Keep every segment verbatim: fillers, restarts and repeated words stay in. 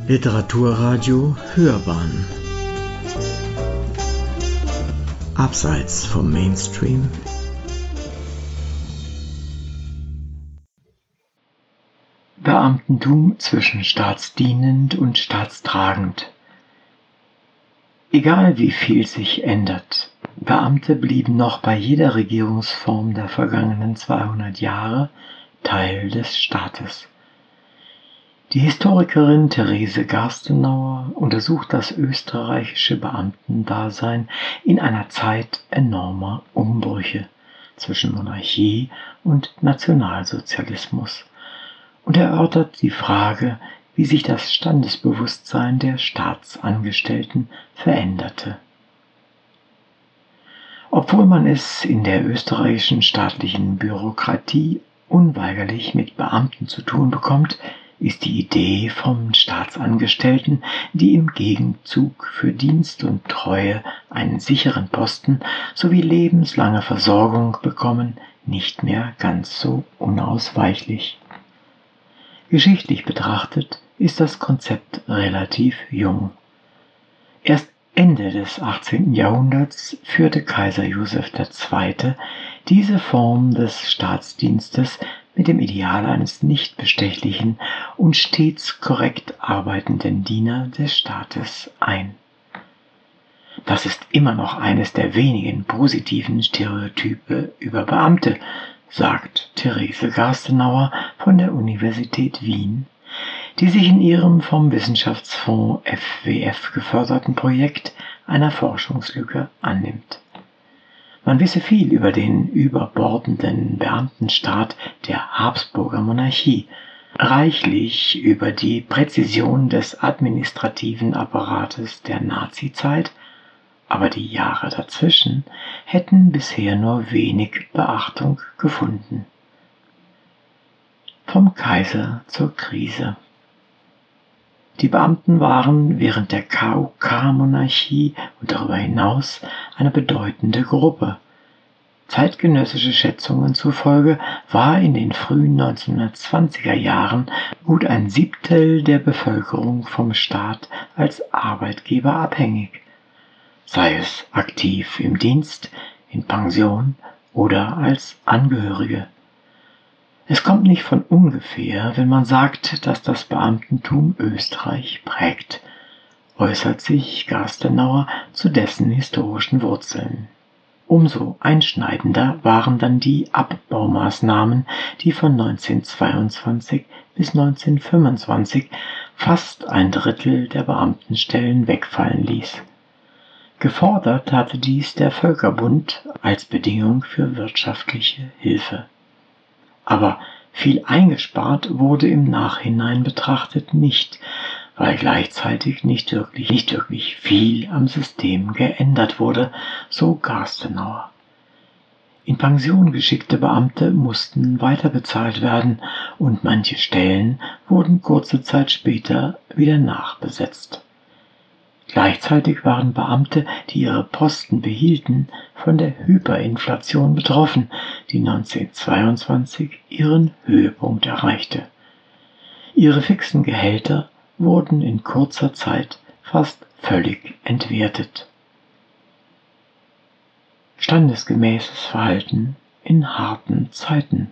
Literaturradio Hörbahn Abseits vom Mainstream. Beamtentum zwischen staatsdienend und staatstragend. Egal wie viel sich ändert, Beamte blieben noch bei jeder Regierungsform der vergangenen zweihundert Jahre Teil des Staates. Die Historikerin Therese Garstenauer untersucht das österreichische Beamtendasein in einer Zeit enormer Umbrüche zwischen Monarchie und Nationalsozialismus und erörtert die Frage, wie sich das Standesbewusstsein der Staatsangestellten veränderte. Obwohl man es in der österreichischen staatlichen Bürokratie unweigerlich mit Beamten zu tun bekommt, ist die Idee vom Staatsangestellten, die im Gegenzug für Dienst und Treue einen sicheren Posten sowie lebenslange Versorgung bekommen, nicht mehr ganz so unausweichlich. Geschichtlich betrachtet ist das Konzept relativ jung. Erst Ende des achtzehnten Jahrhunderts führte Kaiser Joseph der Zweite diese Form des Staatsdienstes mit dem Ideal eines nicht bestechlichen und stets korrekt arbeitenden Diener des Staates ein. Das ist immer noch eines der wenigen positiven Stereotype über Beamte, sagt Therese Garstenauer von der Universität Wien, die sich in ihrem vom Wissenschaftsfonds F W F geförderten Projekt einer Forschungslücke annimmt. Man wisse viel über den überbordenden Beamtenstaat der Habsburger Monarchie, reichlich über die Präzision des administrativen Apparates der Nazizeit, aber die Jahre dazwischen hätten bisher nur wenig Beachtung gefunden. Vom Kaiser zur Krise. Die Beamten waren während der K U K-Monarchie und darüber hinaus eine bedeutende Gruppe. Zeitgenössische Schätzungen zufolge war in den frühen neunzehnhundertzwanziger Jahren gut ein Siebtel der Bevölkerung vom Staat als Arbeitgeber abhängig, sei es aktiv im Dienst, in Pension oder als Angehörige. Es kommt nicht von ungefähr, wenn man sagt, dass das Beamtentum Österreich prägt, äußert sich Garstenauer zu dessen historischen Wurzeln. Umso einschneidender waren dann die Abbaumaßnahmen, die von neunzehnhundertzweiundzwanzig bis neunzehnhundertfünfundzwanzig fast ein Drittel der Beamtenstellen wegfallen ließ. Gefordert hatte dies der Völkerbund als Bedingung für wirtschaftliche Hilfe. Aber viel eingespart wurde im Nachhinein betrachtet nicht, weil gleichzeitig nicht wirklich, nicht wirklich viel am System geändert wurde, so Garstenauer. In Pension geschickte Beamte mussten weiterbezahlt werden und manche Stellen wurden kurze Zeit später wieder nachbesetzt. Gleichzeitig waren Beamte, die ihre Posten behielten, von der Hyperinflation betroffen, die neunzehnhundertzweiundzwanzig ihren Höhepunkt erreichte. Ihre fixen Gehälter wurden in kurzer Zeit fast völlig entwertet. Standesgemäßes Verhalten in harten Zeiten.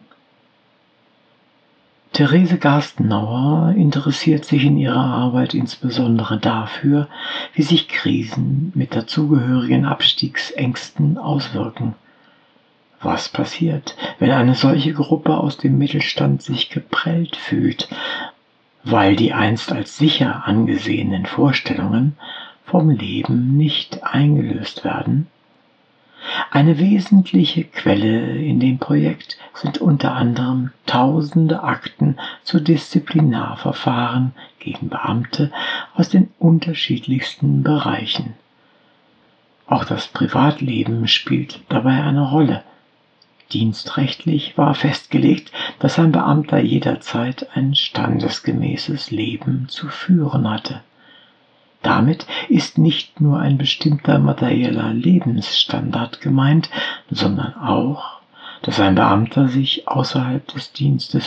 Therese Garstenauer interessiert sich in ihrer Arbeit insbesondere dafür, wie sich Krisen mit dazugehörigen Abstiegsängsten auswirken. Was passiert, wenn eine solche Gruppe aus dem Mittelstand sich geprellt fühlt, weil die einst als sicher angesehenen Vorstellungen vom Leben nicht eingelöst werden? Eine wesentliche Quelle in dem Projekt sind unter anderem tausende Akten zu Disziplinarverfahren gegen Beamte aus den unterschiedlichsten Bereichen. Auch das Privatleben spielt dabei eine Rolle. Dienstrechtlich war festgelegt, dass ein Beamter jederzeit ein standesgemäßes Leben zu führen hatte. Damit ist nicht nur ein bestimmter materieller Lebensstandard gemeint, sondern auch, dass ein Beamter sich außerhalb des Dienstes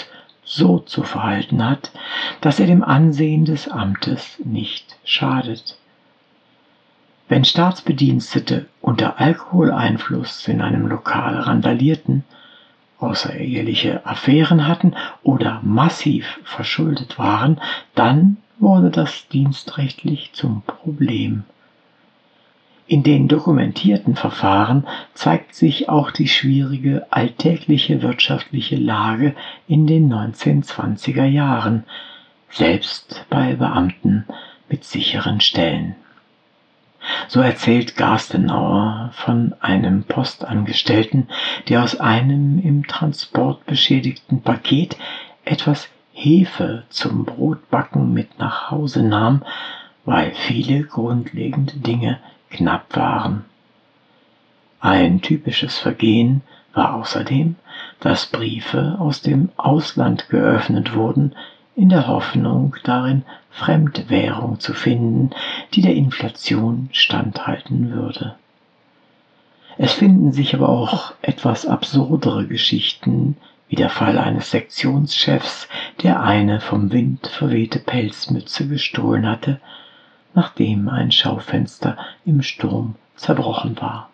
so zu verhalten hat, dass er dem Ansehen des Amtes nicht schadet. Wenn Staatsbedienstete unter Alkoholeinfluss in einem Lokal randalierten, außereheliche Affären hatten oder massiv verschuldet waren, dann wurde das dienstrechtlich zum Problem. In den dokumentierten Verfahren zeigt sich auch die schwierige alltägliche wirtschaftliche Lage in den neunzehnhundertzwanziger Jahren, selbst bei Beamten mit sicheren Stellen. So erzählt Garstenauer von einem Postangestellten, der aus einem im Transport beschädigten Paket etwas Hefe zum Brotbacken mit nach Hause nahm, weil viele grundlegende Dinge knapp waren. Ein typisches Vergehen war außerdem, dass Briefe aus dem Ausland geöffnet wurden, in der Hoffnung, darin Fremdwährung zu finden, die der Inflation standhalten würde. Es finden sich aber auch etwas absurdere Geschichten, wie der Fall eines Sektionschefs, der eine vom Wind verwehte Pelzmütze gestohlen hatte, nachdem ein Schaufenster im Sturm zerbrochen war.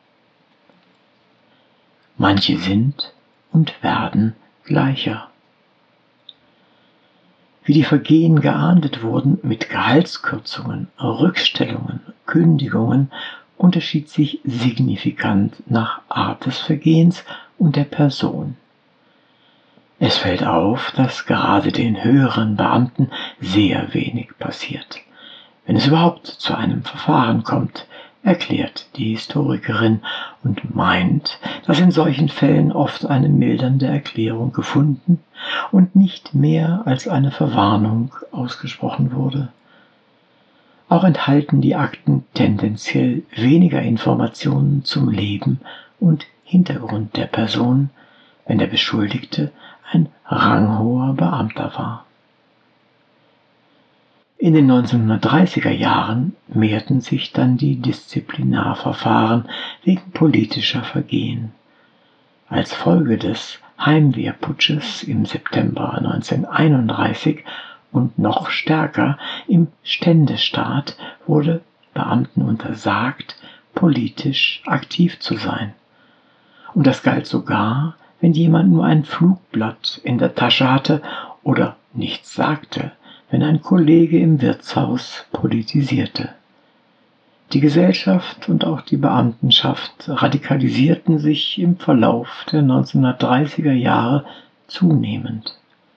Manche sind und werden gleicher. Wie die Vergehen geahndet wurden mit Gehaltskürzungen, Rückstellungen, Kündigungen, unterschied sich signifikant nach Art des Vergehens und der Person. Es fällt auf, dass gerade den höheren Beamten sehr wenig passiert, wenn es überhaupt zu einem Verfahren kommt, erklärt die Historikerin und meint, dass in solchen Fällen oft eine mildernde Erklärung gefunden und nicht mehr als eine Verwarnung ausgesprochen wurde. Auch enthalten die Akten tendenziell weniger Informationen zum Leben und Hintergrund der Person, wenn der Beschuldigte ein ranghoher Beamter war. In den neunzehnhundertdreißiger Jahren mehrten sich dann die Disziplinarverfahren wegen politischer Vergehen. Als Folge des Heimwehrputsches im September neunzehnhunderteinunddreißig und noch stärker im Ständestaat wurde Beamten untersagt, politisch aktiv zu sein. Und das galt sogar, wenn jemand nur ein Flugblatt in der Tasche hatte oder nichts sagte, wenn ein Kollege im Wirtshaus politisierte. Die Gesellschaft und auch die Beamtenschaft radikalisierten sich im Verlauf der neunzehnhundertdreißiger Jahre zunehmend.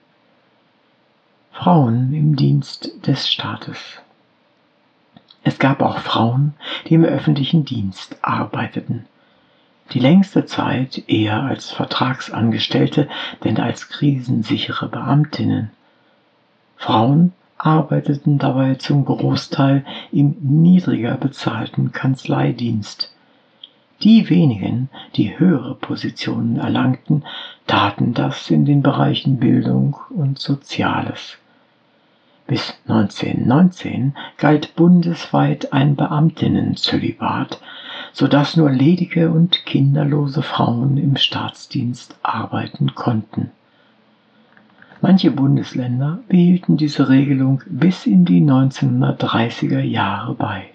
Frauen im Dienst des Staates. Es gab auch Frauen, die im öffentlichen Dienst arbeiteten. Die längste Zeit eher als Vertragsangestellte, denn als krisensichere Beamtinnen. Frauen arbeiteten dabei zum Großteil im niedriger bezahlten Kanzleidienst. Die wenigen, die höhere Positionen erlangten, taten das in den Bereichen Bildung und Soziales. Bis neunzehnhundertneunzehn galt bundesweit ein Beamtinnenzölibat, sodass nur ledige und kinderlose Frauen im Staatsdienst arbeiten konnten. Manche Bundesländer behielten diese Regelung bis in die neunzehnhundertdreißiger Jahre bei.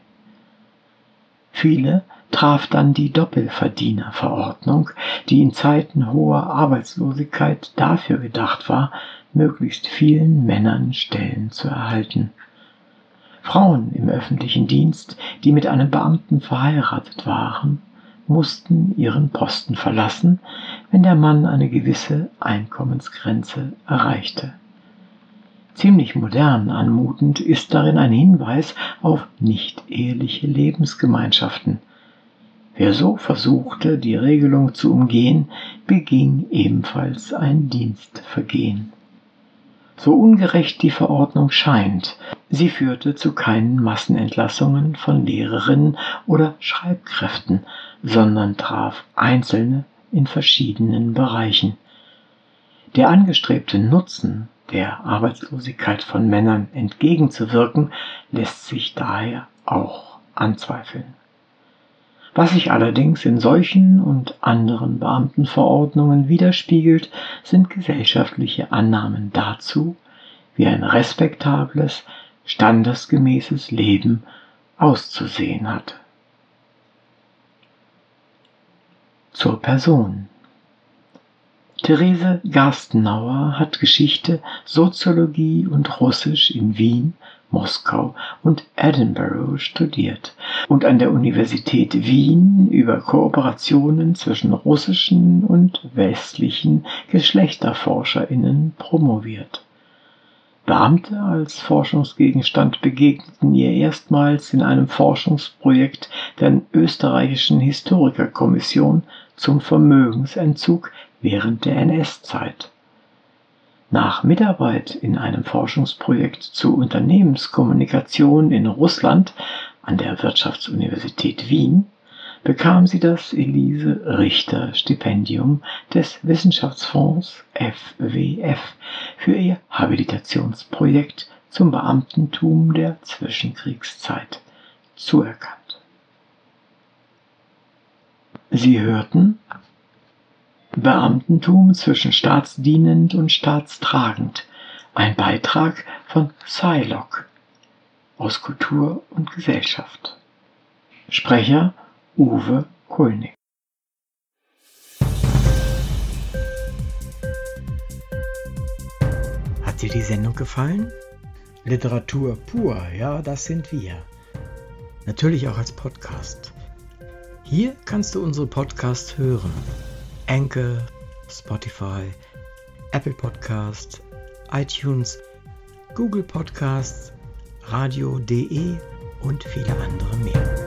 Viele traf dann die Doppelverdienerverordnung, die in Zeiten hoher Arbeitslosigkeit dafür gedacht war, möglichst vielen Männern Stellen zu erhalten. Frauen im öffentlichen Dienst, die mit einem Beamten verheiratet waren, mussten ihren Posten verlassen, wenn der Mann eine gewisse Einkommensgrenze erreichte. Ziemlich modern anmutend ist darin ein Hinweis auf nicht-eheliche Lebensgemeinschaften. Wer so versuchte, die Regelung zu umgehen, beging ebenfalls ein Dienstvergehen. So ungerecht die Verordnung scheint, sie führte zu keinen Massenentlassungen von Lehrerinnen oder Schreibkräften, sondern traf Einzelne in verschiedenen Bereichen. Der angestrebte Nutzen, der Arbeitslosigkeit von Männern entgegenzuwirken, lässt sich daher auch anzweifeln. Was sich allerdings in solchen und anderen Beamtenverordnungen widerspiegelt, sind gesellschaftliche Annahmen dazu, wie ein respektables, standesgemäßes Leben auszusehen hat. Zur Person. Therese Garstenauer hat Geschichte, Soziologie und Russisch in Wien, Moskau und Edinburgh studiert und an der Universität Wien über Kooperationen zwischen russischen und westlichen GeschlechterforscherInnen promoviert. Beamte als Forschungsgegenstand begegneten ihr erstmals in einem Forschungsprojekt der österreichischen Historikerkommission zum Vermögensentzug während der N S-Zeit. Nach Mitarbeit in einem Forschungsprojekt zur Unternehmenskommunikation in Russland an der Wirtschaftsuniversität Wien bekam sie das Elise-Richter-Stipendium des Wissenschaftsfonds F W F für ihr Habilitationsprojekt zum Beamtentum der Zwischenkriegszeit zuerkannt. Sie hörten Beamtentum zwischen staatsdienend und staatstragend, ein Beitrag von Psylocke aus Kultur und Gesellschaft. Sprecher Uwe Kulnig. Hat dir die Sendung gefallen? Literatur pur, ja, das sind wir. Natürlich auch als Podcast. Hier kannst du unsere Podcasts hören. Anchor, Spotify, Apple Podcasts, iTunes, Google Podcasts, radio punkt de und viele andere mehr.